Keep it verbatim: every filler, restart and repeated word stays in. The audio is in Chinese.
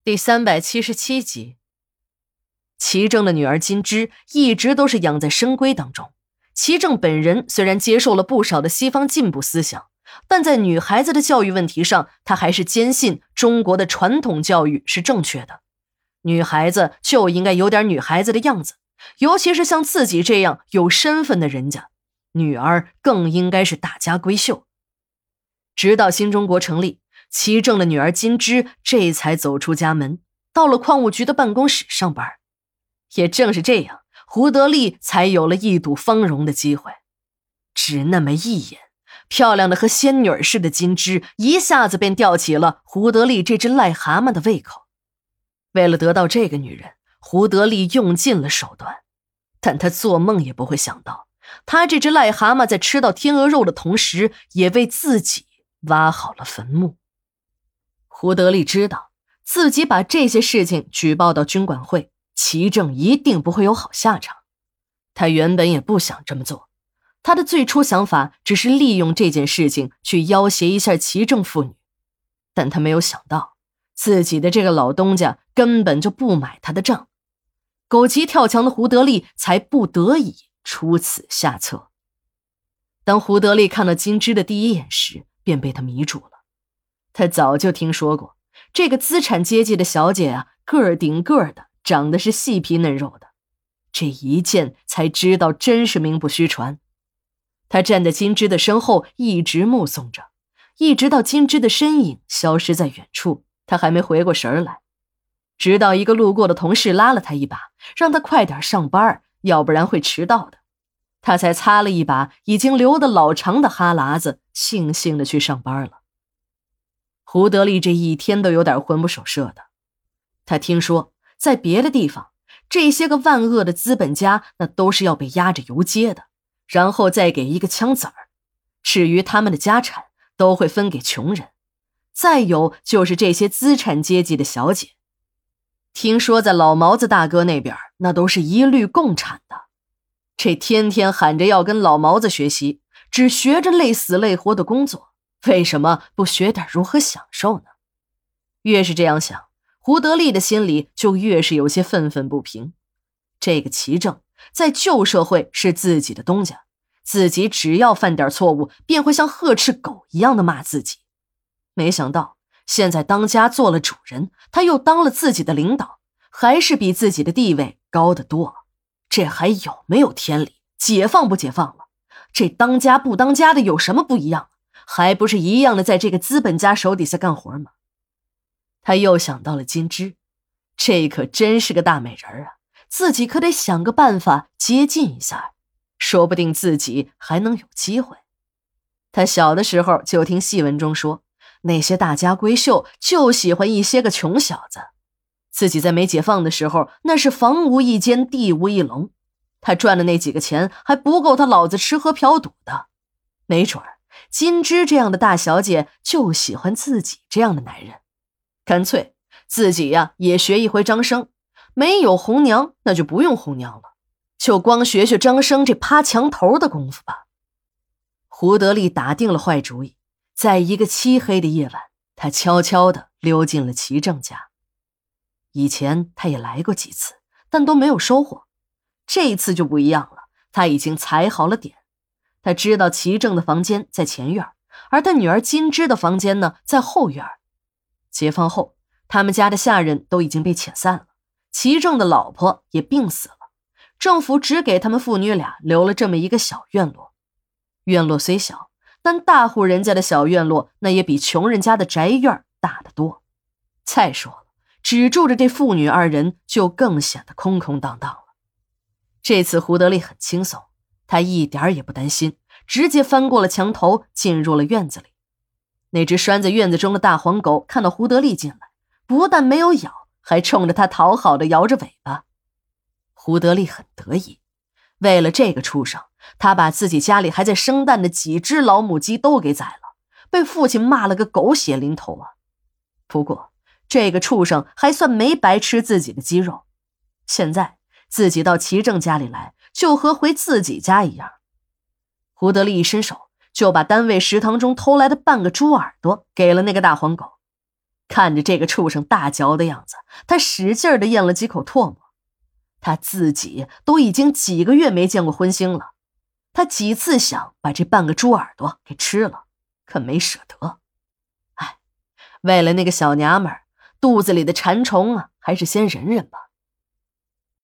第三百七十七集。齐正的女儿金枝一直都是养在深闺当中。齐正本人虽然接受了不少的西方进步思想，但在女孩子的教育问题上，他还是坚信中国的传统教育是正确的。女孩子就应该有点女孩子的样子，尤其是像自己这样有身份的人家，女儿更应该是大家闺秀。直到新中国成立，齐正的女儿金枝这才走出家门，到了矿务局的办公室上班。也正是这样，胡德利才有了一睹芳容的机会。只那么一眼，漂亮的和仙女似的金枝一下子便吊起了胡德利这只癞蛤蟆的胃口。为了得到这个女人，胡德利用尽了手段，但他做梦也不会想到，他这只癞蛤蟆在吃到天鹅肉的同时，也为自己挖好了坟墓。胡德利知道自己把这些事情举报到军管会，齐正一定不会有好下场。他原本也不想这么做，他的最初想法只是利用这件事情去要挟一下齐正父女，但他没有想到自己的这个老东家根本就不买他的账，狗急跳墙的胡德利才不得已出此下策。当胡德利看到金枝的第一眼时，便被他迷住了。他早就听说过这个资产阶级的小姐啊，个儿顶个儿的，长得是细皮嫩肉的，这一见才知道真是名不虚传。他站在金枝的身后一直目送着，一直到金枝的身影消失在远处，他还没回过神来。直到一个路过的同事拉了他一把，让他快点上班，要不然会迟到的，他才擦了一把已经流得老长的哈喇子，悻悻地去上班了。胡德利这一天都有点魂不守舍的。他听说在别的地方，这些个万恶的资本家那都是要被押着游街的，然后再给一个枪子儿，至于他们的家产都会分给穷人。再有就是这些资产阶级的小姐，听说在老毛子大哥那边，那都是一律共产的。这天天喊着要跟老毛子学习，只学着累死累活的工作，为什么不学点如何享受呢？越是这样想，胡德利的心里就越是有些愤愤不平。这个齐正在旧社会是自己的东家，自己只要犯点错误，便会像呵斥狗一样的骂自己。没想到现在当家做了主人，他又当了自己的领导，还是比自己的地位高得多。这还有没有天理？解放不解放了？这当家不当家的有什么不一样？还不是一样的在这个资本家手底下干活吗？他又想到了金枝，这可真是个大美人啊，自己可得想个办法接近一下，说不定自己还能有机会。他小的时候就听戏文中说，那些大家闺秀就喜欢一些个穷小子，自己在没解放的时候，那是房无一间地无一笼，他赚的那几个钱还不够他老子吃喝嫖赌的。没准儿金枝这样的大小姐就喜欢自己这样的男人，干脆自己呀也学一回张生，没有红娘那就不用红娘了，就光学学张生这趴墙头的功夫吧。胡德利打定了坏主意，在一个漆黑的夜晚，他悄悄地溜进了齐正家。以前他也来过几次，但都没有收获，这一次就不一样了，他已经踩好了点。他知道齐正的房间在前院，而他女儿金枝的房间呢在后院。解放后，他们家的下人都已经被遣散了，齐正的老婆也病死了，政府只给他们父女俩留了这么一个小院落。院落虽小，但大户人家的小院落那也比穷人家的宅院大得多。再说了，只住着这父女二人就更显得空空荡荡了。这次胡德利很轻松，他一点也不担心，直接翻过了墙头，进入了院子里。那只拴在院子中的大黄狗看到胡德利进来，不但没有咬，还冲着他讨好的摇着尾巴。胡德利很得意，为了这个畜生，他把自己家里还在生蛋的几只老母鸡都给宰了，被父亲骂了个狗血淋头啊。不过这个畜生还算没白吃自己的鸡肉，现在自己到齐正家里来，就和回自己家一样。胡德利一伸手，就把单位食堂中偷来的半个猪耳朵给了那个大黄狗。 看着这个畜生大嚼的样子，他使劲的咽了几口唾沫。他自己都已经几个月没见过荤腥了，他几次想把这半个猪耳朵给吃了，可没舍得。哎，为了那个小娘们儿，肚子里的馋虫啊，还是先忍忍吧。